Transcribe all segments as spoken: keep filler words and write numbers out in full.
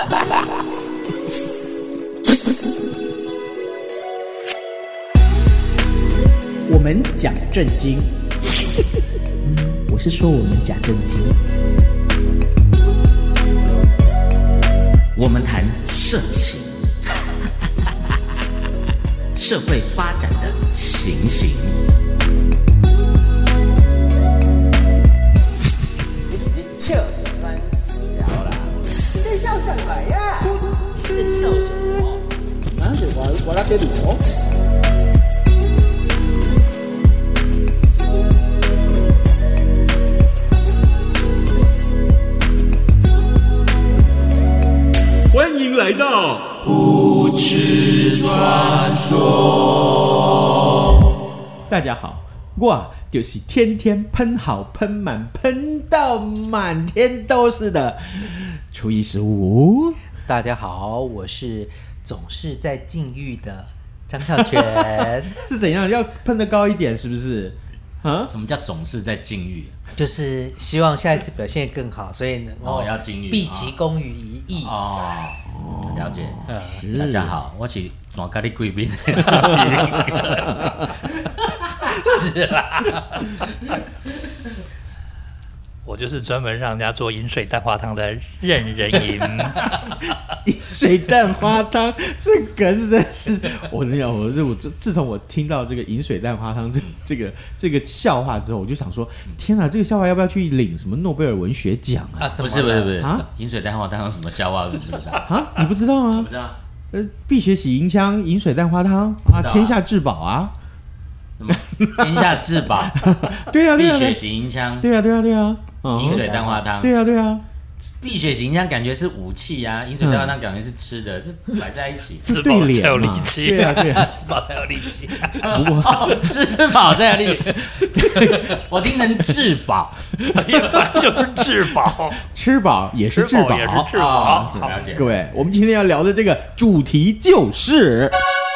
我们讲正经，嗯，我是说我们讲正经。 我们谈社情，社会发展的情形。 你是笑三小啦？你笑什么呀？你在笑什么？ 啊，我我那边里头。 欢迎来到不耻传说。 大家好，我就是天天喷好喷满喷到满天都是的初一十五。 大家好，我是总是在禁欲的张孝全。 是怎样？要喷得高一点，是不是？啊？ 什么叫总是在禁欲？ 就是希望下一次表现更好，所以能够哦要禁欲毕其功于一役。 哦，了解。 嗯大家好，我是转咖喱贵宾。 是啦， 我就是专门让人家做饮水蛋花汤的任人赢。 饮水蛋花汤，这梗真的是，我跟你讲，我我自从我听到这个饮水蛋花汤这这个这个笑话之后，我就想说，天哪，这个笑话要不要去领什么诺贝尔文学奖啊？ 啊，怎不么是不是不是啊， 饮水蛋花汤有什么笑话？我不知道。 啊，你不知道吗不？知道。 呃，碧血洗银枪，饮水蛋花汤啊， 知道啊天下至宝啊， 什么天下至宝， 对啊，对啊， 碧血洗银枪， 对啊，对啊，对啊，嗯饮水蛋花汤。 对啊，对啊， 碧血洗银枪感觉是武器啊，饮水蛋花汤感觉是吃的，这摆在一起。 吃对饱才有力脸嘛， 气， 对啊，对啊， 吃饱才有力气。 不过哦，吃饱在力，我听成至宝。 一般就是治饱， 吃饱也是至宝， 吃饱也是治饱。 哦好了解。 各位，我们今天要聊的这个主题就是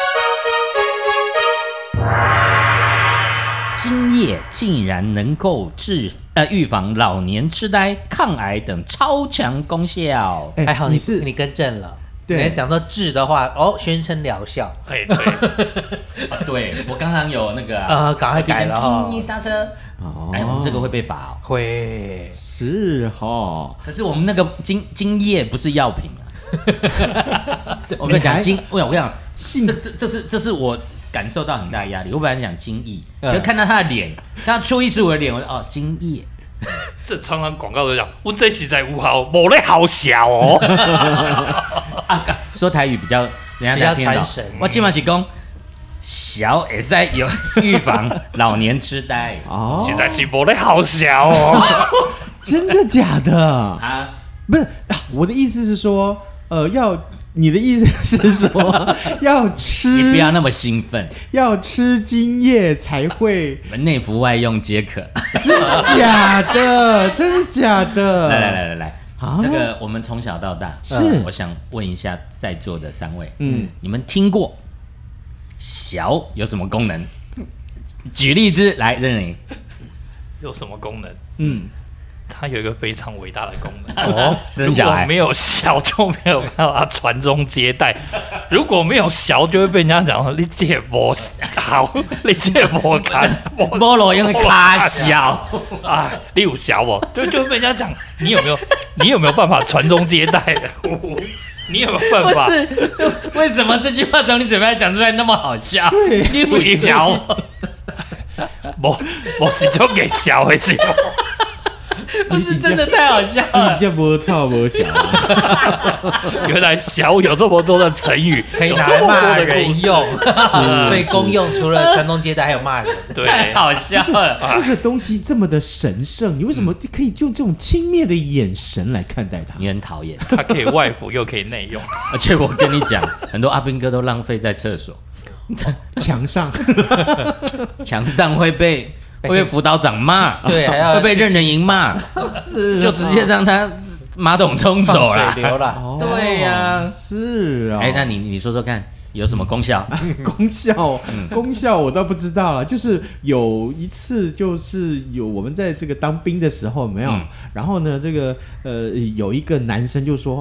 今夜竟然能够治呃预防老年痴呆、抗癌等超强功效。 哎还好你你是你更正了。 对你讲到治的话，哦，宣称疗效。 哎，对， 啊对我刚刚有那个啊赶快改了哈一刹车。 哦哎，我们这个会被罚哦。 会是哈， 可是我们那个精精液不是药品啊。我跟你讲精，我跟你讲， 信这这这是这是我感受到很大的压力。我本来想精液， 嗯就看到他的脸，看到邱一十五的脸，我就哦精液。 这常常广告都讲，我这实在有效，无咧好笑哦。 啊，说台语比较人家才听得到比较传神。 我起码是讲小也是在有预防老年痴呆哦， 实在是无咧好笑哦。 真的假的？ 啊。 不是，啊我的意思是说，呃，要你的意思是说要吃， 你不要那么兴奋， 要吃精液才会， 内服外用皆可。 真的假的？真的假的？ 来来来来来， 啊这个我们从小到大， 是呃我想问一下在座的三位， 嗯嗯，你们听过小有什么功能？举例子来，任人。 有什么功能？ 嗯， 它有一个非常伟大的功能。 哦， 如生小孩果没有小就没有办法传宗接代，如果没有小就会被人家讲说你这无好，你这无看， 菠萝用卡小， 啊，你有小哦，就就被人家讲你有没有你有没有办法传宗接代？你有没有办法不？是？为什么这句话从你嘴巴讲出来那么好笑？ 对你不小， 无无是种给小的是吗？ 不是真的太好笑你了。 这不臭不小啊， 原来小有这么多的成语， 可以拿有这么多来骂的故事人用，所以公用除了传宗接代，还有骂人。 太对， 好笑了。 这个东西这么的神圣，你为什么可以用这种轻蔑的眼神来看待它？ 你很讨厌， 它可以外服又可以内用。 而且我跟你讲，很多阿兵哥都浪费在厕所， 墙上墙上会被会被辅导长骂， 对还要会被任人赢骂， 是就直接让他马桶冲走放了。 水流了。 哦对呀是啊。 哎，那你你说说看，有什么功效？ 功效， 嗯功效我倒不知道了。就是有一次，就是有我们在这个当兵的时候，有没有？ 嗯然后呢，这个呃，有一个男生就说：“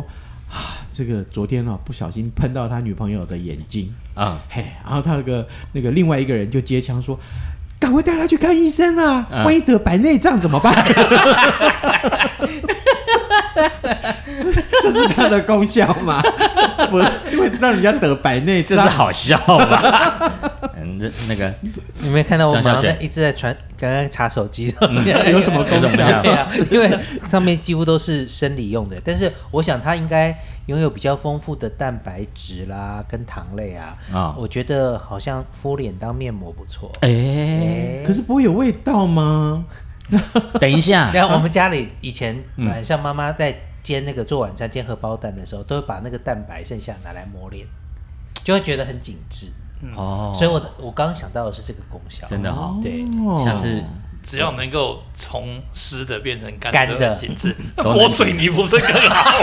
啊，这个昨天哦不小心喷到他女朋友的眼睛啊、 嗯，嘿，然后他那个那个另外一个人就接枪说。赶快带他去看医生啊！嗯、万一得白内障怎么办？这是它的功效吗？不，就会让人家得白内障， 这是好笑吧？嗯，那那个你没看到我马上在一直在传，刚刚查手机上面、 嗯、有什么功效？ 对啊，因为上面几乎都是生理用的，但是我想它应该拥有比较丰富的蛋白质啦，跟糖类啊。哦、我觉得好像敷脸当面膜不错。 哎、欸， 可是不会有味道吗？ 等一下， 然后我们家里以前晚上妈妈在煎那个做晚餐煎荷包蛋的时候，都会把那个蛋白剩下拿来抹脸，就会觉得很紧致。哦，所以我的我刚刚想到的是这个功效， 真的哈、哦。 对， 下次只要能够从湿的变成干干的， 紧致，抹水泥不是更好？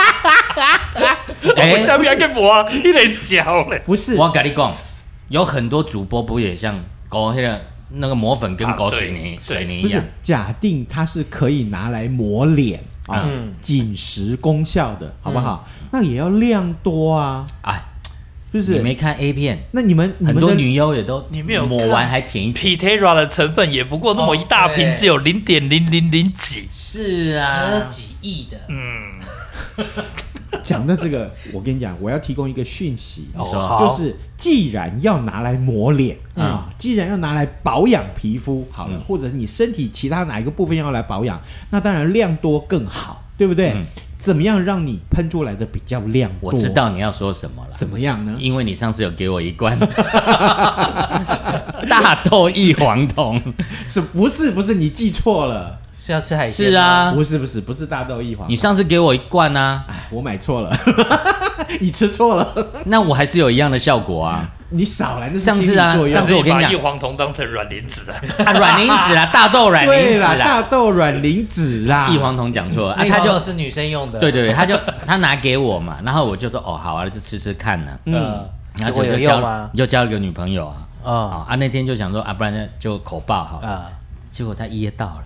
我们下面还可以抹啊，一脸小嘞。 不是， 我跟你讲，有很多主播不也像搞那个那个磨粉跟搞水泥、啊、水泥一样？ 不是，假定它是可以拿来抹脸啊，嗯、紧实功效的，好不好？嗯、那也要量多啊！哎。就是你没看 A 片， 那你们很多女优也都你没有抹完还舔一片 Pitera 的成分也不过那么一大瓶，只有零点零零零几， 是啊， 几亿的。 嗯， 讲到这个，我跟你讲，我要提供一个讯息， 哦、 就是既然要拿来抹脸啊、嗯，既然要拿来保养皮肤，好了，嗯、或者你身体其他哪一个部分要来保养，那当然量多更好，对不对？嗯，怎么样让你喷出来的比较亮多？ 我知道你要说什么了。 怎么样呢？ 因为你上次有给我一罐大豆异黄酮， 是不是？不是你记错了， 是要吃海鲜？ 是啊， 不是不是不是大豆异黄酮。 你上次给我一罐啊， 哎，我买错了，你吃错了。 那我还是有一样的效果啊。 你少来，那是上次啊，上次我跟你讲， 把异黄酮当成卵磷脂了啊，卵磷脂啦，大豆卵磷脂啦， 大豆卵磷脂啦， 异黄酮讲错了啊，他就是女生用的， 对对对，他就他拿给我嘛，然后我就说哦好啊，就吃吃看呢，嗯，然后就就交就交了个女朋友啊，啊啊那天就想说啊，不然就口爆好了，结果他噎到了。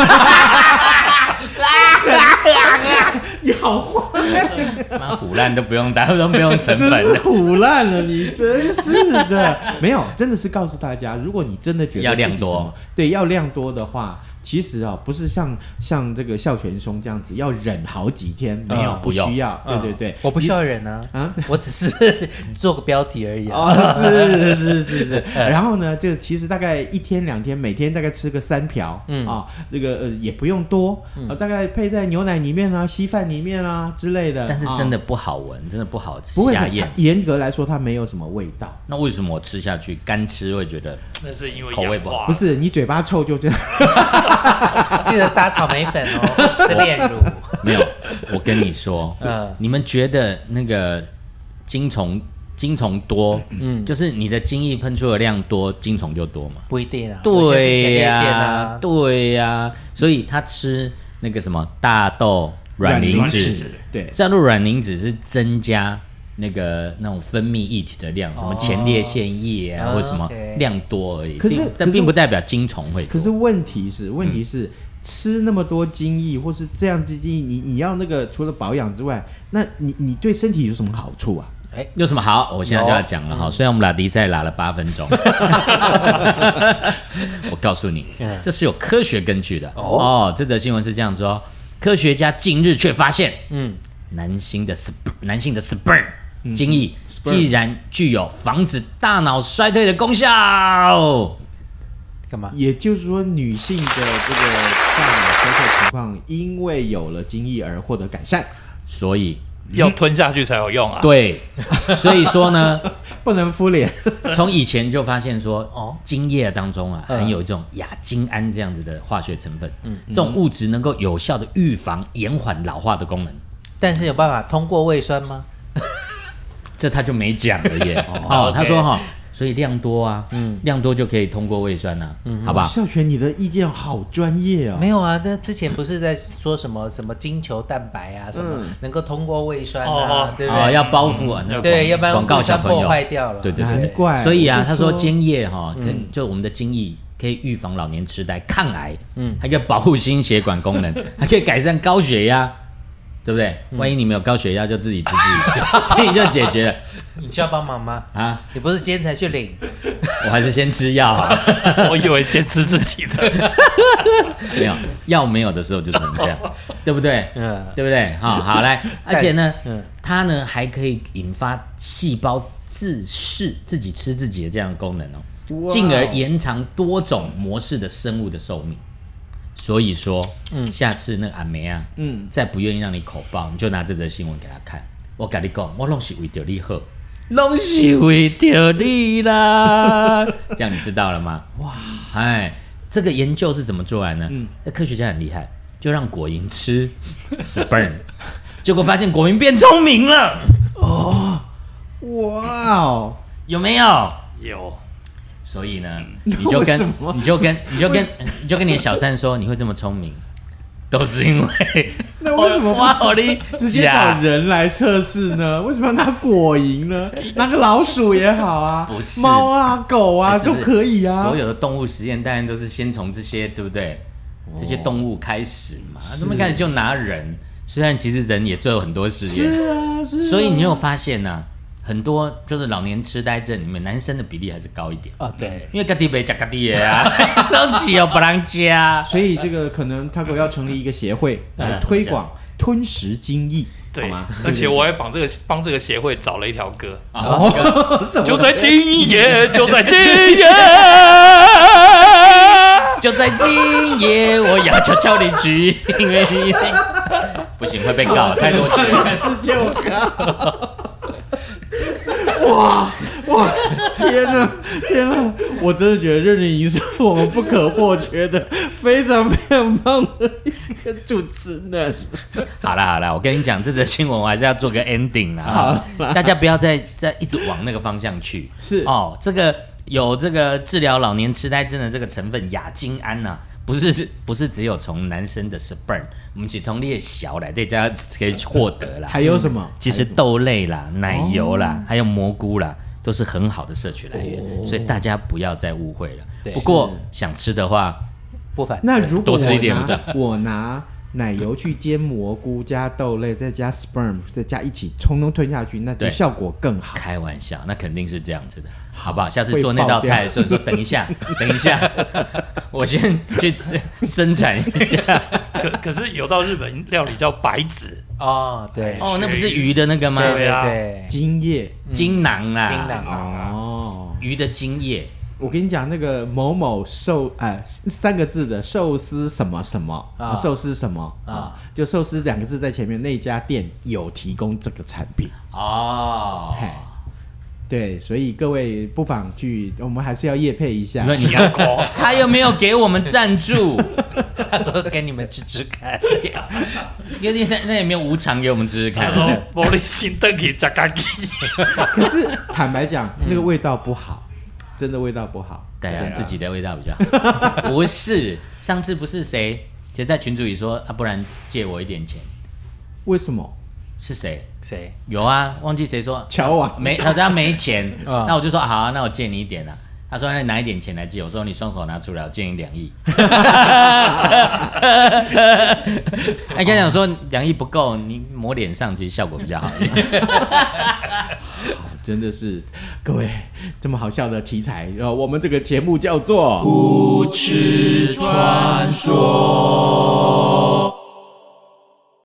你好坏， 妈唬烂都不用打，都不用成本， 真是唬烂了，你真是的。没有，真的是告诉大家，如果你真的觉得要量多， 对，要量多的话，其实啊、哦，不是像像这个孝全兄这样子要忍好几天，没有，嗯、不需要，对对对， 我不需要忍啊，啊，我只是做个标题而已、啊。 哦，是是是是，然后呢，就其实大概一天两天，每天大概吃个三瓢，嗯啊，这个呃也不用多，嗯、大概配在牛奶里面啊、稀饭里面啊之类的。 但是真的不好闻，真的不好吃， 不会，严格来说它没有什么味道。 那为什么我吃下去干吃会觉得？ 那是因为口味不好， 不是你嘴巴臭就这样。 记得打草莓粉哦，吃炼乳。 没有，我跟你说，嗯，你们觉得那个精虫精虫多，嗯，就是你的精液喷出的量多，精虫就多嘛？ 不一定啊。 对呀、啊，对呀、啊，所以他吃那个什么大豆卵磷脂， 对， 加入卵磷脂是增加那个那种分泌液体的量，什么前列腺液啊，或者什么量多而已。 可是， 但并不代表精虫会多。 可是问题是，问题是、嗯、吃那么多精液，或是这样子精液，你你要那个除了保养之外，那你你对身体有什么好处啊？ 哎，有什么好？我现在就要讲了哈。虽然我们俩比赛拉了八分钟，我告诉你，这是有科学根据的哦。哦，这则新闻是这样说：科学家近日却发现，嗯，男性的 sperm 男性的 sperm。精液既然具有防止大脑衰退的功效， 干嘛？ 也就是说，女性的这个大脑衰退情况，因为有了精液而获得改善， 所以、 嗯、要吞下去才有用啊。 对，所以说呢， 不能敷脸。 从以前就发现说，哦，精液当中啊，含有一种亚精胺这样子的化学成分，嗯，这种物质能够有效的预防、延缓老化的功能。 但是有办法通过胃酸吗？ 这他就没讲了耶。哦，他说哈、哦，所以量多啊，嗯，量多就可以通过胃酸啊，嗯，好吧？ 孝全，你的意见好专业啊、哦。 没有啊，那之前不是在说什么什么金球蛋白啊，什么、嗯、能够通过胃酸啊，哦、对不对？ 哦，要包覆啊，嗯、 对，要不然广告小朋友破坏掉了。 对对对， 难怪。 所以啊，他说精液哈，嗯、就我们的精液可以预防老年痴呆、抗癌，嗯，还可以保护心血管功能，还可以改善高血压。对对不对？万一你没有高血压，就自己吃自己，所以就解决了。 你需要帮忙吗？ 啊， 你不是今天才去领？ 我还是先吃药好了。 我以为先吃自己的， 没有药没有的时候就只能这样，对不对？ 嗯， 对不对？好，好来，而且呢， 嗯它呢还可以引发细胞自噬、自己吃自己的这样的功能哦，进而延长多种模式的生物的寿命。所以说，嗯，下次那个阿梅啊，嗯，再不愿意让你口爆，你就拿这则新闻给他看。我跟你讲，我拢是为着你好，拢是为着你啦。这样你知道了吗？哇，哎，这个研究是怎么做来呢？嗯，那科学家很厉害，就让果蝇吃 sperm， 结果发现果蝇变聪明了。 哦，哇哦， 有没有？ 有。 所以呢，你就跟你就跟你就跟你就跟你的小三说，你会这么聪明，都是因为那为什么哇，我的直接找人来测试呢？为什么要拿果蝇呢？拿个老鼠也好啊， 不是猫啊、狗啊都可以啊。 所有的动物实验当然都是先从这些，对不对？这些动物开始嘛，他们开始就拿人，虽然其实人也做了很多实验， 是啊，是啊。 所以你有发现呢、啊？很多就是老年痴呆症里面，男生的比例还是高一点啊，对， 因为家己没吃家己的啊，都只有别人吃。 所以这个可能他国要成立一个协会来推广吞食精益， 对好吗？ 而且我还帮这个帮这个协会找了一条歌， 哦， 就在今夜，就在今夜， 就在今夜，我要悄悄离去，因为你不行会被告，太多次就告。哇哇！天哪天哪！我真的觉得任人赢是我们不可或缺的非常非常棒的一个主持人。 好啦好啦，我跟你讲，这则新闻我还是要做个 ending 啦，大家不要再再一直往那个方向去。 是哦，这个有这个治疗老年痴呆症的这个成分亚精胺呐、啊。不是不是只有从男生的 sperm， 我们只从你的小来大家可以获得啦。 还有什么？ 其实豆类啦、奶油啦，哦、还有蘑菇啦，都是很好的摄取来源，哦、所以大家不要再误会了。不过想吃的话， 不反。 那如果多吃一点， 我拿奶油去煎蘑菇，加豆类，再加 sperm， 再加一起通通吞下去，那就效果更好。 开玩笑，那肯定是这样子的。好不好？下次做那道菜的时候，你说等一下，等一下，我先去生产一下。 可可是有道日本料理叫白子哦，对， 哦，那不是鱼的那个吗？ 对啊， 精液、 精囊啦， 精囊哦， 鱼的精液。 我跟你讲，那个某某寿呃三个字的寿司什么什么啊，寿司什么啊，就寿司两个字在前面那家店有提供这个产品哦。 对，所以各位不妨去，我们还是要业配一下。 你看，他又没有给我们赞助， 他说给你们吃吃看， 因为那那也没有无偿给我们吃吃看。 可是玻璃心灯给炸咖喱。 可是坦白讲，那个味道不好，真的味道不好。 对啊，自己的味道比较好。不是，上次不是谁谁在群组里说啊，不然借我一点钱？ 为什么？ 是谁？ 谁有啊？忘记谁说？ 乔王没，他说他没钱，那我就说好啊，那我借你一点啊。他说那你拿一点钱来借，我说你双手拿出来，我借你两亿。他跟他讲说两亿不够，你抹脸上其实效果比较好一点。 真的是各位这么好笑的题材，呃，我们这个节目叫做《 无耻传说》。